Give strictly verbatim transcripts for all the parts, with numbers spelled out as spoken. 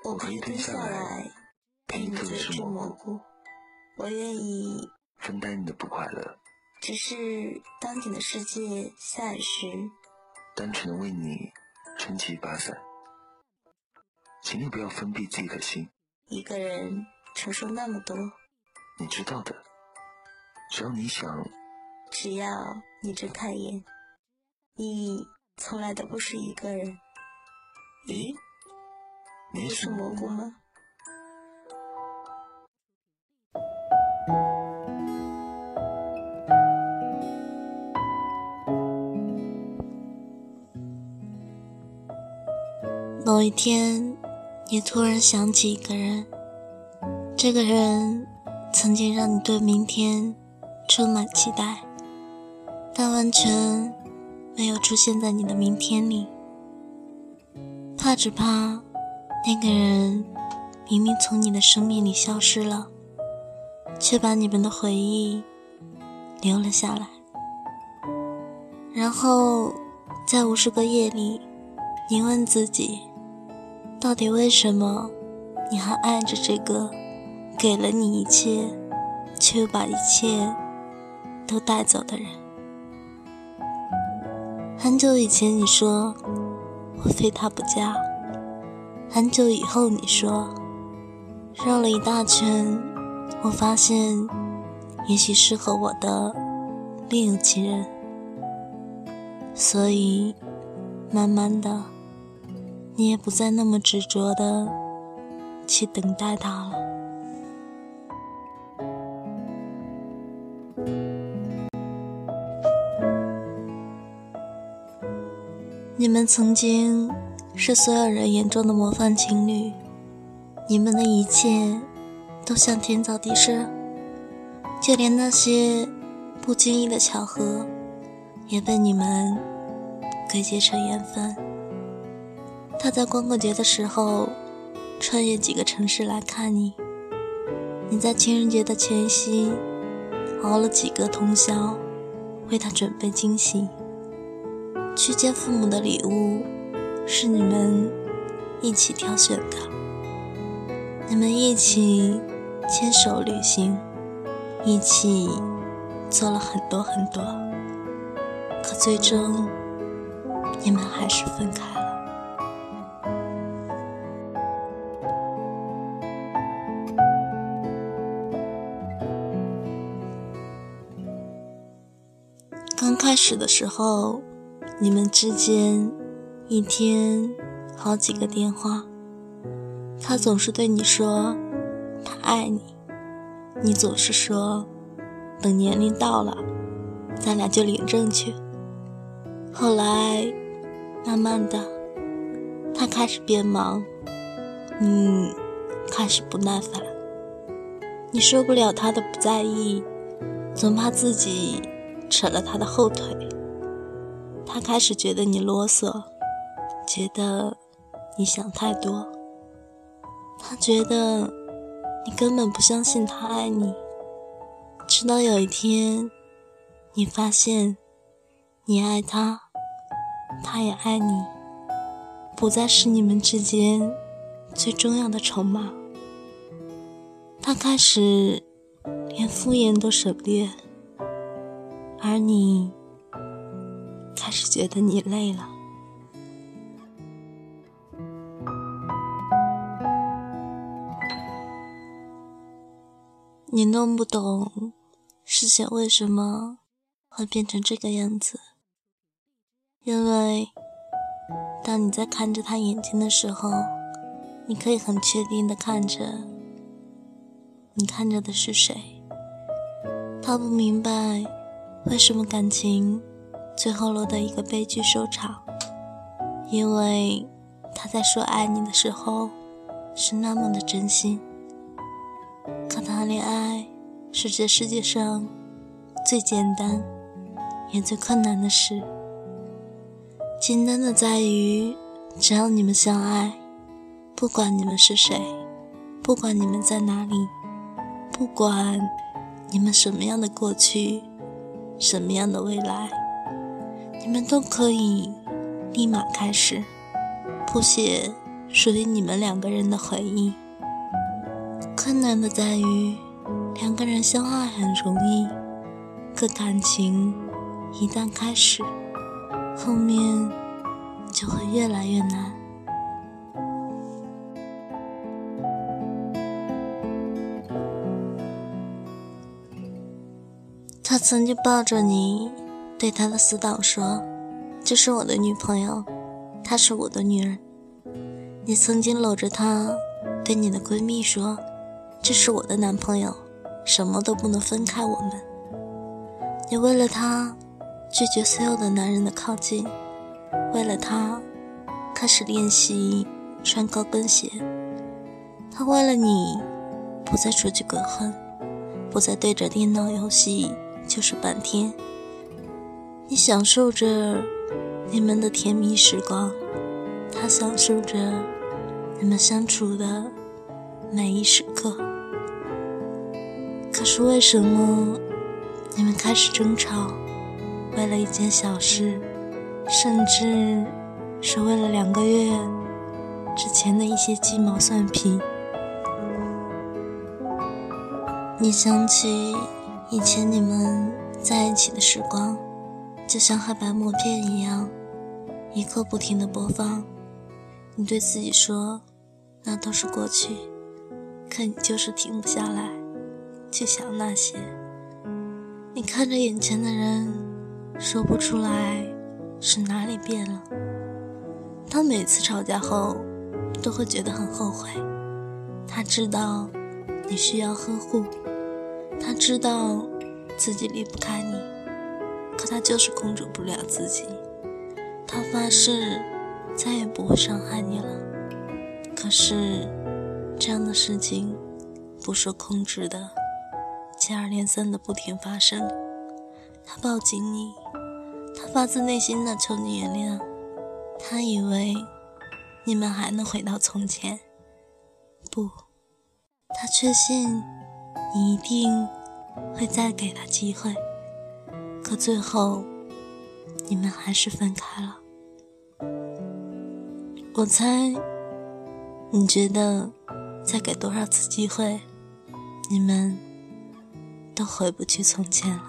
我可以蹲下来陪你做吃蘑菇，我愿意分担你的不快乐， 只是当你的世界下雨时， 单纯的为你撑起一把伞。请你不要封闭自己的心， 一个人承受那么多， 你知道的，只要你想， 只要你睁开眼，你从来都不是一个人。 咦， 你是蘑菇吗？某一天，你突然想起一个人，这个人曾经让你对明天充满期待，但完全没有出现在你的明天里。怕只怕那个人明明从你的生命里消失了，却把你们的回忆留了下来。然后在无数个夜里，你问自己，到底为什么你还爱着这个给了你一切却又把一切都带走的人？很久以前你说我非他不嫁，很久以后你说绕了一大圈，我发现也许适合我的另有其人，所以慢慢的你也不再那么执着的去等待他了。你们曾经是所有人眼中的模范情侣，你们的一切都像天造地设，就连那些不经意的巧合也被你们归结成缘分。他在光棍节的时候穿越几个城市来看你，你在情人节的前夕熬了几个通宵为他准备惊喜。去见父母的礼物是你们一起挑选的，你们一起牵手旅行，一起做了很多很多，可最终你们还是分开了。刚开始的时候，你们之间一天好几个电话，他总是对你说他爱你，你总是说等年龄到了咱俩就领证去。后来慢慢的他开始变忙，你开始不耐烦，你受不了他的不在意，总怕自己扯了他的后腿。他开始觉得你啰嗦，觉得你想太多，他觉得你根本不相信他爱你。直到有一天你发现你爱他，他也爱你，不再是你们之间最重要的筹码。他开始连敷衍都省略，而你开始觉得你累了。你弄不懂事情为什么会变成这个样子，因为当你在看着他眼睛的时候，你可以很确定地看着，你看着的是谁。他不明白为什么感情最后落得一个悲剧收场，因为他在说爱你的时候是那么的真心。可谈恋爱是这世界上最简单也最困难的事，简单的在于只要你们相爱，不管你们是谁，不管你们在哪里，不管你们什么样的过去，什么样的未来，你们都可以立马开始谱写属于你们两个人的回忆。困难的在于，两个人相爱很容易，可感情一旦开始，后面就会越来越难。他曾经抱着你，对他的死党说，这是我的女朋友，她是我的女人。你曾经搂着她，对你的闺蜜说，这是我的男朋友，什么都不能分开我们。你为了他拒绝所有的男人的靠近，为了他开始练习穿高跟鞋，他为了你不再出去鬼混，不再对着电脑游戏就是半天。你享受着你们的甜蜜时光，他享受着你们相处的每一时刻。可是为什么你们开始争吵，为了一件小事，甚至是为了两个月之前的一些鸡毛蒜皮？你想起以前你们在一起的时光，就像黑白默片一样，一刻不停地播放。你对自己说，那都是过去，可你就是停不下来，去想那些。你看着眼前的人，说不出来是哪里变了。他每次吵架后都会觉得很后悔，他知道你需要呵护，他知道自己离不开你，可他就是控制不了自己。他发誓再也不会伤害你了，可是这样的事情不受控制的接二连三的不停发生。他抱紧你，他发自内心的求你原谅，他以为你们还能回到从前，不，他确信你一定会再给他机会，可最后你们还是分开了。我猜你觉得再给多少次机会，你们都回不去从前了。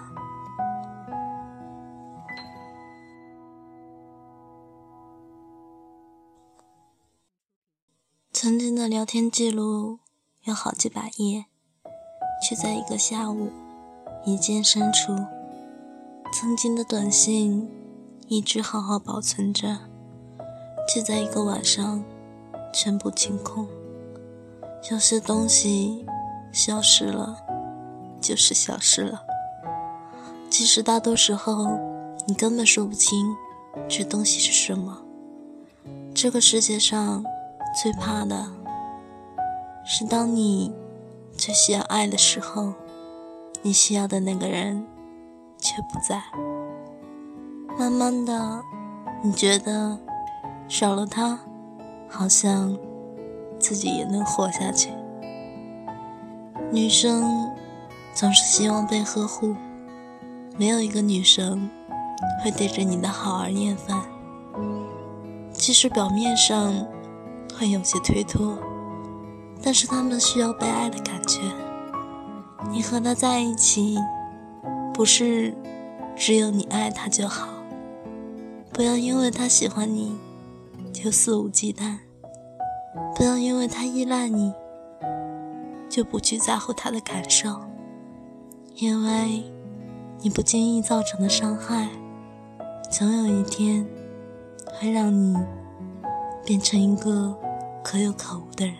曾经的聊天记录有好几百页，却在一个下午一键删除。曾经的短信一直好好保存着，却在一个晚上全部清空。有些东西消失了就是消失了，其实大多时候你根本说不清这东西是什么。这个世界上最怕的是当你最需要爱的时候，你需要的那个人却不在。慢慢的你觉得少了他，好像自己也能活下去。女生总是希望被呵护，没有一个女生会对着你的好而厌烦。即使表面上会有些推脱，但是他们需要被爱的感觉。你和他在一起，不是只有你爱他就好，不要因为他喜欢你就肆无忌惮，不要因为他依赖你就不去在乎他的感受，因为你不经意造成的伤害，总有一天会让你变成一个可有可无的人。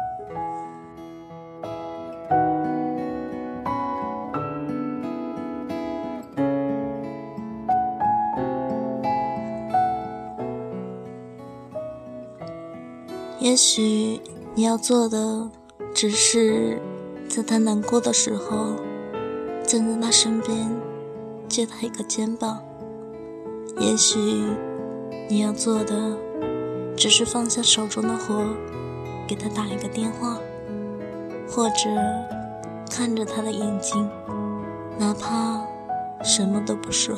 也许你要做的只是在他难过的时候站在他身边，借他一个肩膀。也许你要做的只是放下手中的活，给他打一个电话，或者看着他的眼睛，哪怕什么都不说。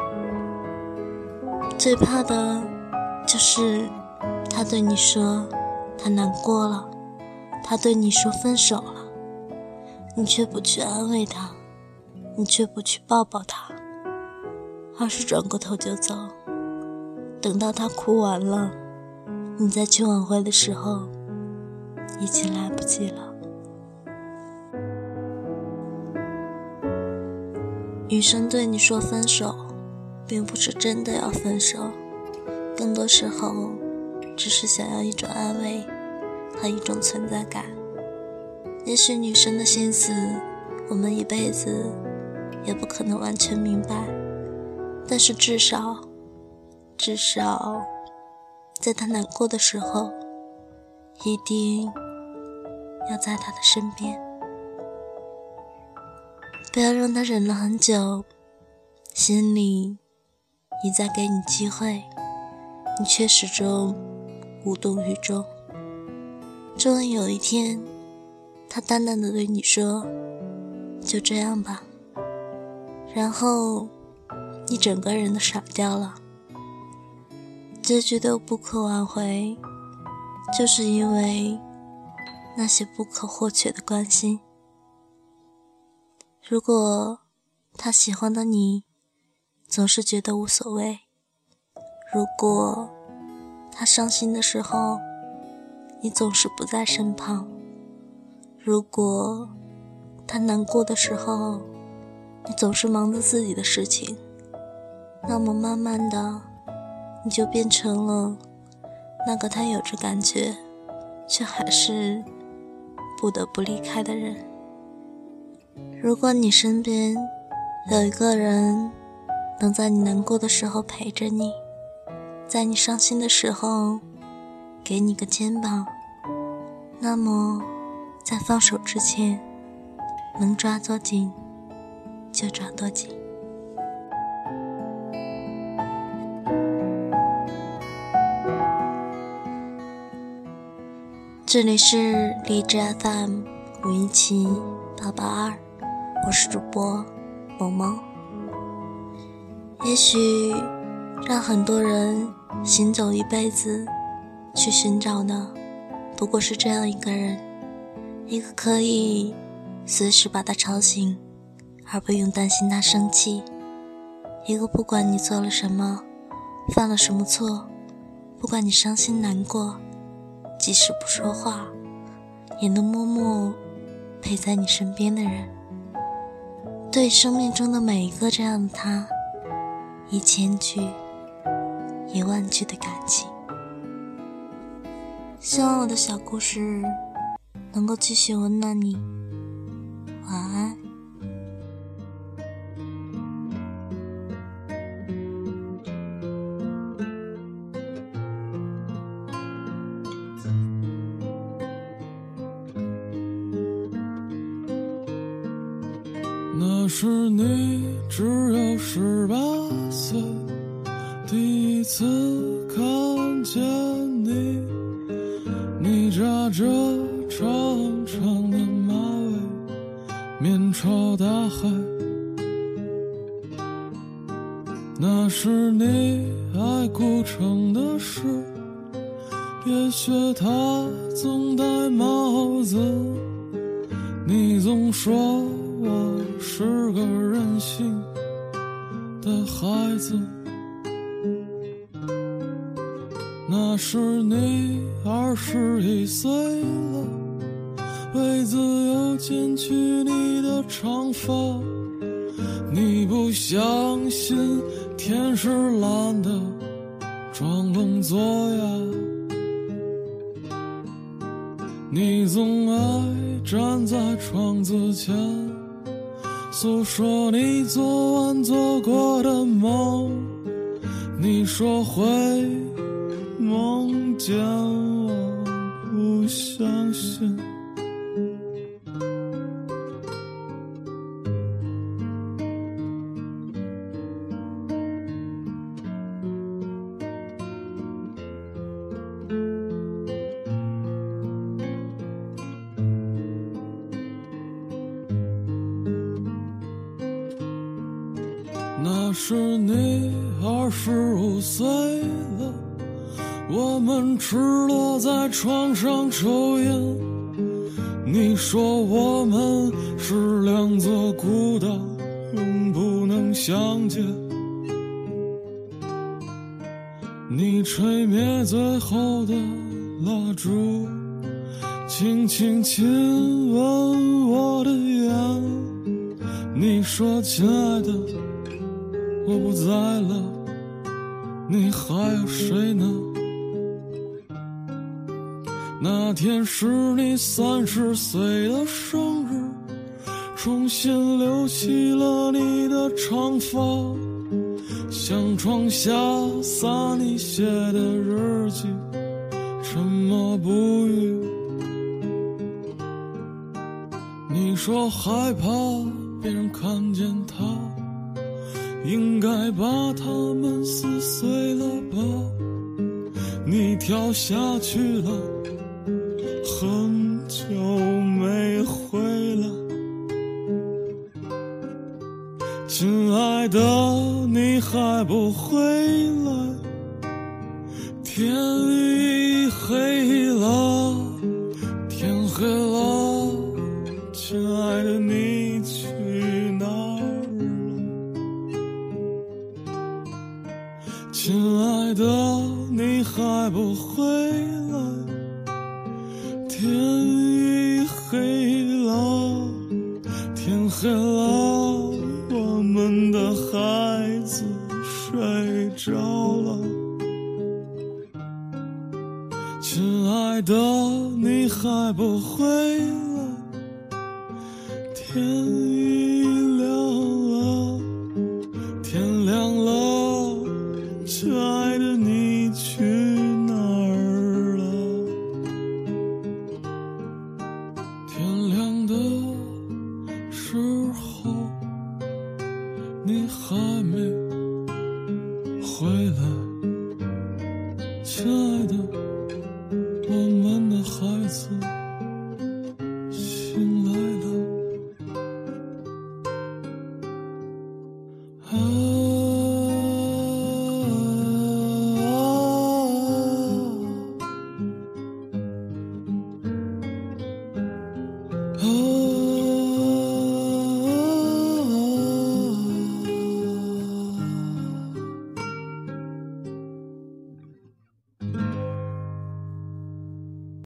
最怕的就是他对你说， 他难过了，他对你说分手了，你却不去安慰他，你却不去抱抱他，而是转过头就走。等到他哭完了，你再去挽回的时候，已经来不及了。女生对你说分手，并不是真的要分手，更多时候只是想要一种安慰和一种存在感。也许女生的心思我们一辈子也不可能完全明白，但是至少至少在她难过的时候，一定要在她的身边，不要让她忍了很久，心里一再给你机会，你却始终无动于衷。终于有一天，他淡淡的对你说，就这样吧，然后你整个人都傻掉了。结局都不可挽回，就是因为那些不可或缺的关心。如果他喜欢的你总是觉得无所谓，如果他伤心的时候你总是不在身旁，如果他难过的时候你总是忙着自己的事情，那么慢慢的你就变成了那个他有着感觉却还是不得不离开的人。如果你身边有一个人能在你难过的时候陪着你，在你伤心的时候给你个肩膀，那么在放手之前能抓多紧就抓多紧。这里是荔枝 F M 五一七八八二，我是主播萌萌。也许让很多人行走一辈子去寻找的不过是这样一个人，一个可以随时把他吵醒而不用担心他生气，一个不管你做了什么犯了什么错，不管你伤心难过，即使不说话也能默默陪在你身边的人。对生命中的每一个这样的他，一千句一万句的感激。希望我的小故事能够继续温暖你，晚安。 那是你只有十八岁，第一次看见你，你扎着长长的马尾，面朝大海。那是你爱古城的诗，也学他总戴帽子，你总说我是个任性的孩子。那是你二十一岁了，被自由剪去你的长发，你不相信天是蓝的，装聋作哑。你总爱站在窗子前诉说你昨晚做过的梦，你说会梦见我，不相信。那是你二十五岁了， 我们赤裸在床上抽烟，你说我们是两座孤岛，永不能相见。你吹灭最后的蜡烛，轻轻亲吻我的眼。你说亲爱的，我不在了，你还有谁呢？那天是你三十岁的生日，重新留起了你的长发，向床下撒你写的日记，沉默不语。你说害怕别人看见他，应该把他们撕碎了吧。你跳下去了，很久没回来。亲爱的，你还不回来？天已黑了，天黑了，亲爱的，你去哪儿了？亲爱的，你还不回来？天已黑了，天黑了，我们的孩子睡着了。亲爱的，你还不回来？天已亮了，天亮了，亲爱的，你去哪儿了？天亮的时候，你还没回来。亲爱的，我们的孩子醒来了。啊啊啊